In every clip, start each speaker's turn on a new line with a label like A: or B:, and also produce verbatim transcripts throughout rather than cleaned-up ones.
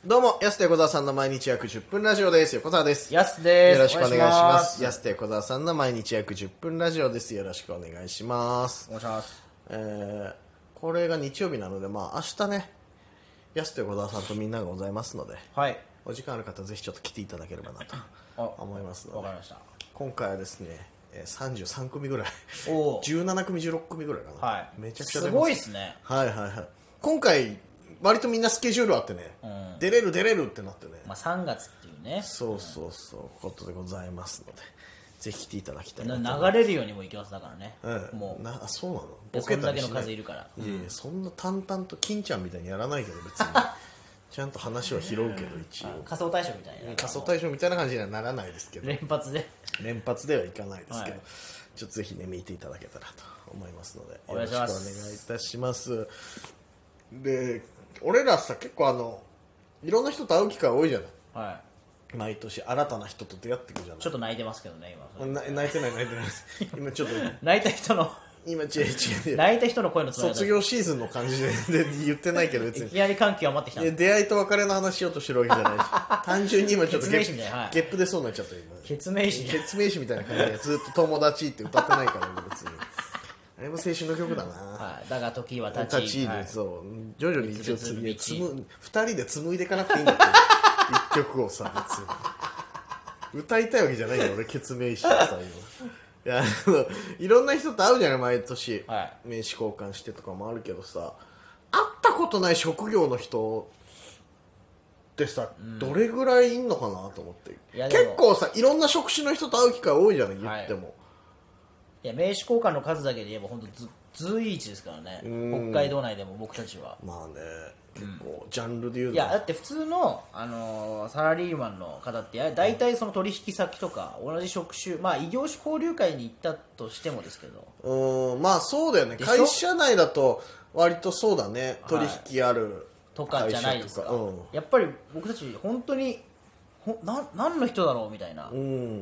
A: どうも、安手小沢さんの毎日約じゅっぷんラジオです。横澤です。
B: 安です。
A: よろしくお願いします。安手小沢さんの毎日約じゅっぷんラジオです。よろしくお願いします。
B: お願いします。
A: えー、これが日曜日なので、まあ明日ね、安手小沢さんとみんながございますので、
B: はい。
A: お時間ある方はぜひちょっと来ていただければなと思いますので、
B: わかりました。
A: 今回はですね、さんじゅうさんくみぐらい、
B: お
A: じゅうななくみ、じゅうろっくみぐらいかな。
B: はい。
A: めちゃくちゃ出ます。
B: すごいですね。
A: はいはいはい。今回、割とみんなスケジュールあってね、うん、出れる出れるってなってね、
B: まあ、さんがつっていうね、
A: そうそうそう、うん、ことでございますので、ぜひ来ていただきたいな
B: と。流れるようにもいきますだからね、
A: うん、
B: もう
A: なそうなの、
B: ボケたりしない、そんだけの数いるから、
A: いやいや、そんな淡々と金ちゃんみたいにやらないけど別にちゃんと話は拾うけど、一応
B: 仮想大賞みたいな、
A: 仮想大賞みたいな感じにはならないですけど、
B: 連発で
A: 連発ではいかないですけど、はい、ちょっとぜひね見ていただけたらと思いますので、よろしくお願いいたします。で、俺らさ、結構あのいろんな人と会う機会多いじゃない、はい、毎年新たな人と出会っていくじゃない。
B: ちょっと泣いてますけどね今。
A: な泣いてない泣いてない今ちょっと
B: 泣いた人の
A: 今違う違う
B: 泣いた人の声のつもりだ。
A: 卒業シーズンの感じで言ってないけど別に
B: いきなり歓喜が待ってきた。
A: 出会いと別れの話しようとしてるわけじゃないし単純に今ちょっとゲッ、はい、ゲップ出そうになっちゃった今。
B: ケツメイシ
A: ケツメイシみたいな感じでずっと友達って歌ってないから別にあれも青春の曲だな、
B: はい、だが時は立ち
A: 立ち、はい、そう徐々に一応つむふたりで紡いでいかなくていいんだって一曲をさ別に歌いたいわけじゃないよ俺ケツメイシでさいやいろんな人と会うじゃない毎年、はい、名刺交換してとかもあるけどさ、会ったことない職業の人ってさ、うん、どれぐらいいんのかなと思って。結構さいろんな職種の人と会う機会多いじゃない言っても、はい、
B: いや名刺交換の数だけで言えば本当ず随一ですからね、北海道内でも僕たちは。
A: まあね、結構ジャンルで言うと、
B: いやだって普通の、あのー、サラリーマンの方って大体その取引先とか同じ職種、まあ異業種交流会に行ったとしてもですけど、
A: うん、まあそうだよね。会社内だと割とそうだね、取引ある、はい、
B: とかじゃないですか、うん、やっぱり僕たち本当にほな何の人だろうみたいな、うん、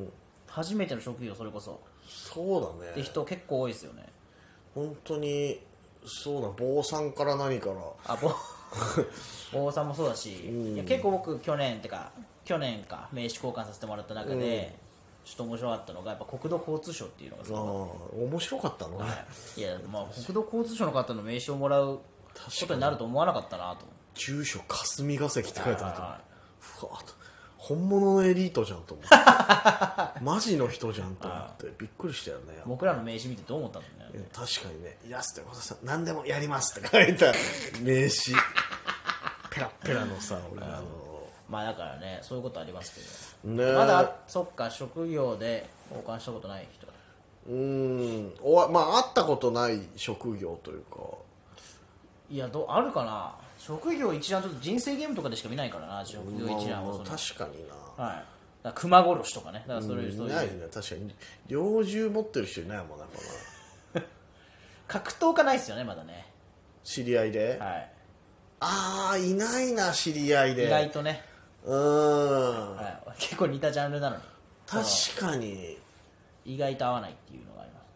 B: 初めての職業、それこそ
A: そうだね
B: って人結構多いですよね。
A: 本当にそうだ、坊さんから何から
B: あ坊坊さんもそうだし、うん、いや結構僕去年ってか去年か名刺交換させてもらった中で、うん、ちょっと面白かったのがやっぱ国土交通省っていうのがすごい、
A: あ面白かったのね、はい、い
B: やまあ国土交通省の方の名刺をもらうことになると思わなかったなと思って。
A: 住所霞が関って書いてあった、うわ本物のエリートじゃんと思ってマジの人じゃんと思ってびっくりしたよね。
B: 僕らの名刺見てどう思ったんだよね。
A: 確かにね、安手小沢さん何でもやりますって書いた名刺ペラペラのさ俺あの
B: まあだからねそういうことありますけど、ね、まだそっか職業で交換したことない人、
A: うーんおまあ会ったことない職業というか、
B: いやどあるかな。職業一覧ちょっと人生ゲームとかでしか見ないからな、職業一覧を。
A: 確かにな、
B: はい、だ熊殺しとかね、だからそれ
A: いないね。確かに猟銃持ってる人いないもんなこの
B: 格闘家ないっすよねまだね、
A: 知り合いで、はい、ああいないな知り合いで。
B: 意外とね、
A: うーん、
B: はい、結構似たジャンルなのに
A: 確かに
B: 意外と合わないっていうのがあります。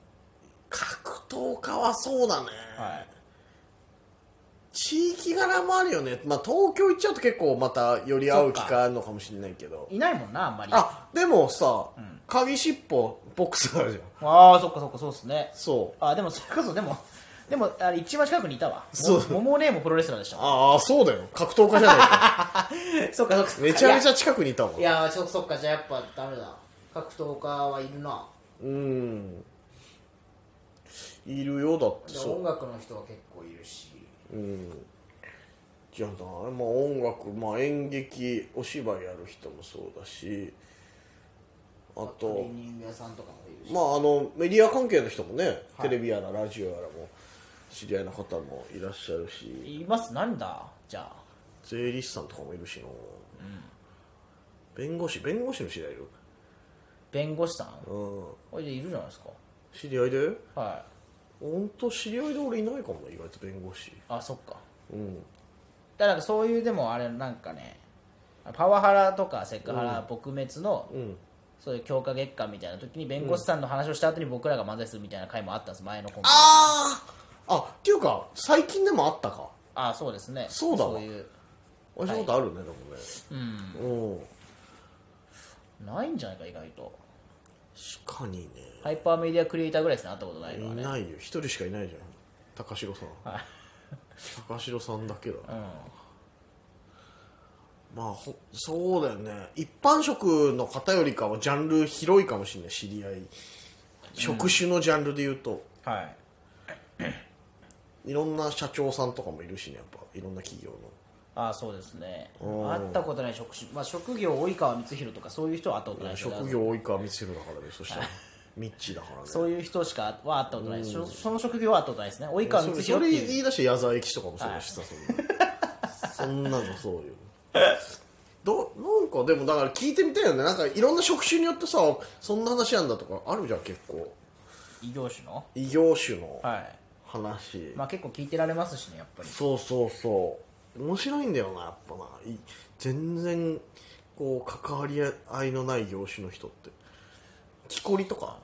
A: 格闘家はそうだね、はい、地域柄もあるよね。まあ東京行っちゃうと結構またより会う機会あるのかもしれないけど、
B: いないもんなあんまり。
A: あでもさ、うん、鍵しっぽボックスあるじゃん。
B: ああそっかそっかそうっすね。
A: そう
B: あでもそれこそでもでもあれ一番近くにいたわ。そうモモネーもプロレスラーでしたもん。
A: ああそうだよ、格闘家じゃないか
B: そっかそっか
A: めちゃめちゃ近くにいたもん。
B: いやそっかそっか、じゃあやっぱダメだ、格闘家はいるな。
A: うんいるよ。だって
B: 音楽の人は結構いるし、
A: うんじゃあな、まあ、音楽、まあ、演劇お芝居やる人もそうだし、あと
B: クリーニング屋さんとかもいるし、
A: まああのメディア関係の人もね、はい、テレビやらラジオやらも知り合いの方もいらっしゃるし
B: います。なんだじゃあ
A: 税理士さんとかもいるしな、うん、弁護士弁護士の知り合いいる。
B: 弁護士さん、
A: うん
B: これでいるじゃないですか。
A: 知り合いで、
B: はい、
A: 本当知り合いで俺いないかもな、意外と弁護士。
B: あそっか、
A: うん
B: だからそういうでもあれなんかね、パワハラとかセクハラ撲滅の、うん、そういう強化月間みたいな時に弁護士さんの話をした後に僕らが漫才するみたいな回もあったんです、前のコンビ。
A: ああっていうか最近でもあったか。
B: ああそうですね、
A: そうだわ。
B: そういう
A: お会いしたことあるね、でもね。
B: うんないんじゃないか意外と。
A: 確かにね。
B: ハイパーメディアクリエイターぐらいですね、会ったことないのはね。
A: いないよ、一人しかいないじゃん、高城さん。
B: はい
A: 高城さんだけだ、
B: うん
A: まあほそうだよね。一般職の方よりかはジャンル広いかもしれない、知り合い、職種のジャンルで言うと、
B: はい
A: いろんな社長さんとかもいるしね、やっぱいろんな企業の。
B: ああそうですね。
A: うん
B: 会ったことない職種、まあ、職業及川光弘とかそういう人は会ったことないですけど、
A: 職業及川光弘だからね、そしたらミッチーだからね。
B: そういう人しかは会ったことないです、そその職業は会ったことないですね。及川光
A: それ
B: 弘っていう
A: 言い出して矢沢永吉とかもそうだしさ、そんなそんなのそうよどなんかでもだから聞いてみたいよね。なんかいろんな職種によってさ、そんな話なんだとかあるじゃん。結構
B: 異業種の
A: 異業種の
B: はい
A: 話、
B: まあ結構聞いてられますしね、やっぱり。
A: そうそうそう面白いんだよな、やっぱない全然こう関わり合いのない業種の人って。木こりとか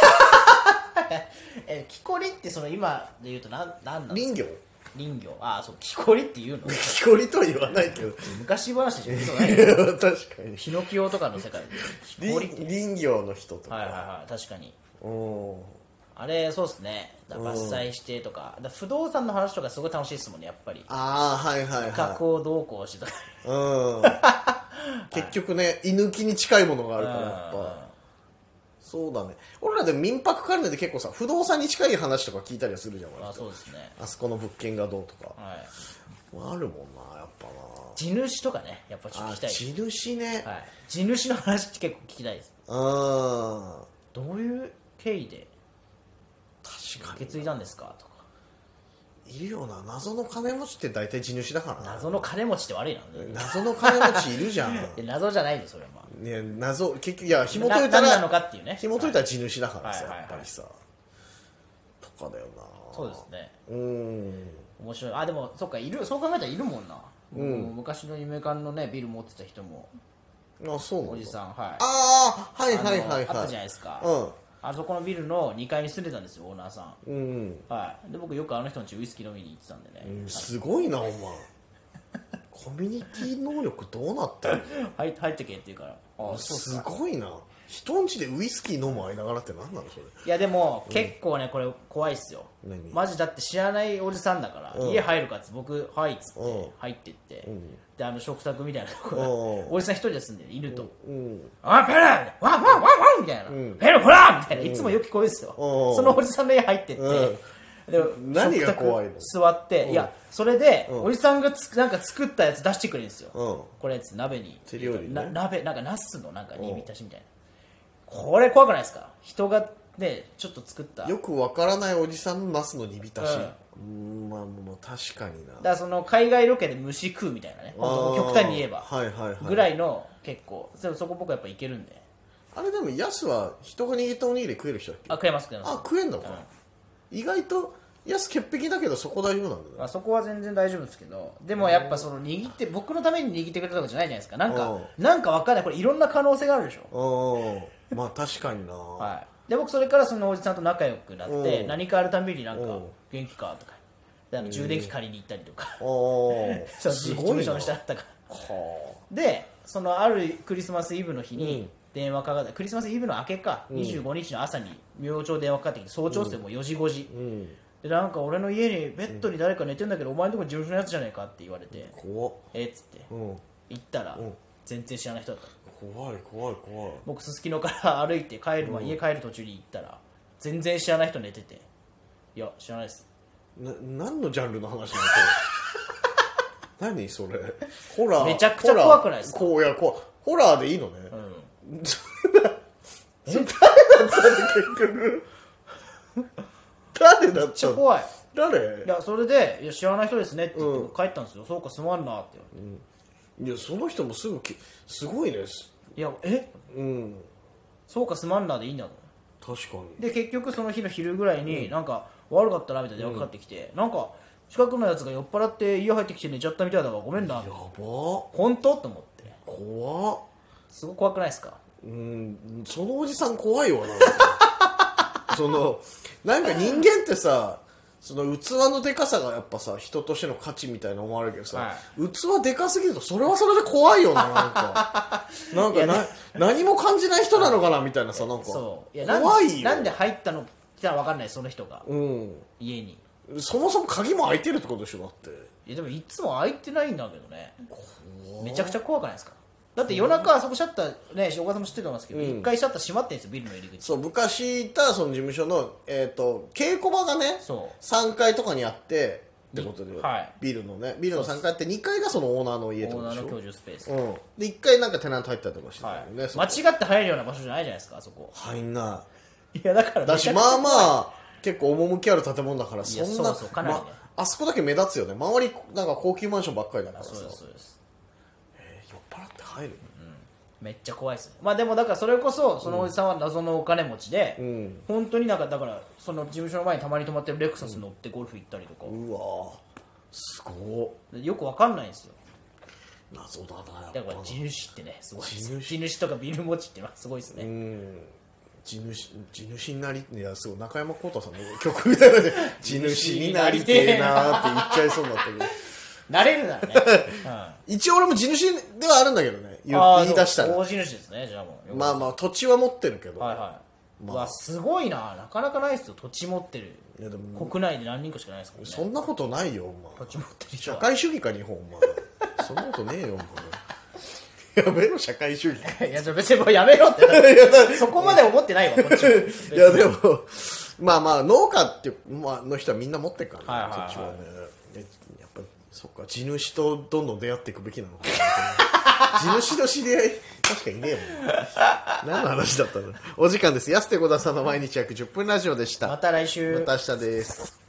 B: え木こりってその今で言うと何なんなんですか。
A: 林業
B: 林業ああそう木こりって言うの
A: 木こりとは言わないけど
B: 昔話でしょ聞いたことないよ
A: 確かに
B: ヒノキオとかの世界で木こりって
A: 林林業の人とか、
B: はいはいはい確かに
A: うん
B: あれそうですね。だから伐採してとか、だから不動産の話とかすごい楽しいですもんね、やっぱり。
A: ああはいはいはい
B: 加工どうこうしてとか
A: うん結局ね居抜きに近いものがあるからやっぱそうだね。俺らでも民泊関連で結構さ不動産に近い話とか聞いたりはするじゃん。
B: あそうですね。
A: あそこの物件がどうとか、
B: はい、
A: あるもんなやっぱな。
B: 地主とかねやっぱちょっと聞きたい。
A: 地主ね、
B: はい、地主の話って結構聞きたいです。
A: うん
B: どういう経緯で
A: 確かに
B: 受け継いだんですかとか。
A: いるよな。謎の金持ちって大体地主だからな。
B: 謎の金持ちって悪いな、ね、
A: 謎の金持ちいるじゃん
B: 謎じゃないでそれは、まあ、
A: ね、謎結局いや紐解いたら
B: 何なのかっていうね。
A: 紐解いたら地主だからさ、
B: はい
A: やっぱりさ、とかだよな。
B: そうですね。
A: うん
B: 面白い。あでもそっかいる、そう考えたらいるもんな、
A: うん、
B: 昔の夢館のねビル持ってた人も
A: あそうなんだ
B: おじさん、はい、
A: ああはいはいはいはい
B: あったじゃないですか、
A: うん
B: あそこのビルのにかいに住んでたんですよオーナーさん、
A: うん
B: はい、で僕よくあの人の家ウイスキー飲みに行ってたんでね、
A: うん、すごいなお前コミュニティ能力どうなってるの
B: 入入ってけって言うからあそう
A: すごいな。人んちでウイスキー飲む間柄って何なのそれ。
B: いやでも、うん、結構ねこれ怖いっすよ。マジだって知らないおじさんだから、うん、家入るかっつって僕はいっつって入ってって、うん、であの食卓みたいなところおじさん一人で住んでる犬と、うんうん、あペラワンワンワンワンみたいな、うん、ペラほらみたいな、いつもよく聞こえるんですよ、そのおじさんの家入ってって、で
A: 何が怖いの。
B: 座って、いやそれで、おじさんがつなんか作ったやつ出してくれるんですよ、これ鍋に
A: 手料理、ね、
B: な鍋なんかナスのなんか煮浸しみたいな。これ怖くないですか。人がねちょっと作った
A: よくわからないおじさんのナスの煮浸し、うん、まあもう確かにな。
B: だからその海外ロケで虫食うみたいなね、本当極端に言えば、
A: はいはいはい、
B: ぐらいの結構そこ僕はやっぱいけるんで。
A: あれでもヤスは人が握ったおにぎり食える人だっけ。
B: あ食えます食えます。
A: あ食えんのか、うん、意外とヤス潔癖だけどそこ大丈夫なんだね。
B: あそこは全然大丈夫ですけど、でもやっぱその握って僕のために握ってくれたとかじゃないじゃないですか。なんかなんか分かんない、これいろんな可能性があるでしょ。
A: まあ確かにな、
B: はい、で僕それからそのおじさんと仲良くなって何かあるたびになんか元気かとかであの充電器借りに行ったりとかそう事務所の下だったからでそのあるクリスマスイブの日に電話かかって、クリスマスイブの明けか、うん、にじゅうごにちの朝に明朝電話かかってきて、早朝っすよ、もうよじごじ、うん、でなんか俺の家にベッドに誰か寝てんだけど、うん、お前のとこ事務所のやつじゃねえかって言われて、えっつって、うん、行ったら、うん、全然知らない人だった。
A: 怖い怖い怖い。
B: 僕すすきのから歩いて帰る、うん、家帰る途中に行ったら全然知らない人寝てて、いや知らないです。
A: な何のジャンルの話なのそれ何それ。ホラー
B: めちゃくちゃ怖くないですか。
A: こういやこうホラーでいいのね、うん、誰だったの結局誰だったの。めっちゃ怖い。誰。
B: いやそれでいや知らない人ですねって言って帰ったんですよ、うん、そうかすまんなって、
A: うん、いやその人もすぐきすごいね。
B: いやえうんそうかすまんなでいいんだ
A: と。確かに。
B: で結局その日の昼ぐらいに、うん、なんか悪かったなみたいな電話かかってきて、うん、なんか近くのやつが酔っ払って家入ってきて寝ちゃったみたいだからごめんな。やば本当と思って
A: 怖っ。
B: すごく怖くないですか。
A: うんそのおじさん怖いわなそのなんか人間ってさその器のでかさがやっぱさ人としての価値みたいな思われるけどさ、
B: は
A: 器でかすぎるとそれはそれで怖いよな、なんかなんかな、ね、何も感じない人なのかなみたいなさ、なんか
B: そういや
A: 怖いよ。
B: なんで入ったのって分かんない、その人が、
A: うん、
B: 家に
A: そもそも鍵も開いてるってことでしょ。だって
B: いやでもいつも開いてないんだけどね、めちゃくちゃ怖くないですか。だって夜中あそこシャッターね、岡田さんも知ってると思いますけど、一、うん、回シャッター閉まってるんですよ、ビルの入り口。
A: そう、昔いたその事務所の、えー、と稽古場がね
B: そう
A: さんがいとかにあってってことで、
B: はい、
A: ビルのねビルのさんがいってにかいがそのオーナーの家ってことでしょ。
B: オーナーの居住スペース、
A: うん、でいっかいなんかテナント入ったりとかしてたよね、
B: はい、間違って入るような場所じゃないじゃないですか、あそこ。
A: 入んない。
B: いやだから
A: だし、まあまあ結構趣ある建物だから、そんな
B: そうそうかなりね、
A: まあそこだけ目立つよね。周りなんか高級マンションばっかりだからさ。
B: そうですそうです。
A: えー、酔っ払って入る、
B: めっちゃ怖いですね。まあでもだからそれこそそのおじさんは謎のお金持ちで、うん、本当になんかだからその事務所の前にたまに止まってるレクサス乗ってゴルフ行ったりとか、うん、
A: うわすご
B: い、よくわかんないんですよ。
A: 謎だな。
B: だから地主ってねすごいです。地主とかビル持ちってのはすごいですね。うん、
A: 地主地主になり、いやすごい中山浩太さんの曲みたいなで地主になりてえなーって言っちゃいそうになったけど
B: なれるならね、
A: うん、一応俺も地主ではあるんだけどね、言い出したら
B: 大地主ですね。じゃあもう
A: まあまあ土地は持ってるけど、
B: はいはい、まあ、うわすごいな、なかなかないですよ、土地持ってる。いやでも国内で何人かしかないですからね。
A: そんなことないよ、お前。
B: 土地持ってる人
A: 社会主義か日本、お前そんなことねえよ、お前やめろ社会主義
B: いや別にもうやめろってそこまで思ってないわこっち
A: いやでもまあまあ農家っていう、まあ、の人はみんな持ってるからね、はいはいはい、そっちはね。やっぱそっか、地主とどんどん出会っていくべきなのかな地主と知り合い確かにねえもん何の話だったの。お時間です。安手小田さんの毎日約じゅっぷんラジオでした。
B: また来週。
A: また明日です。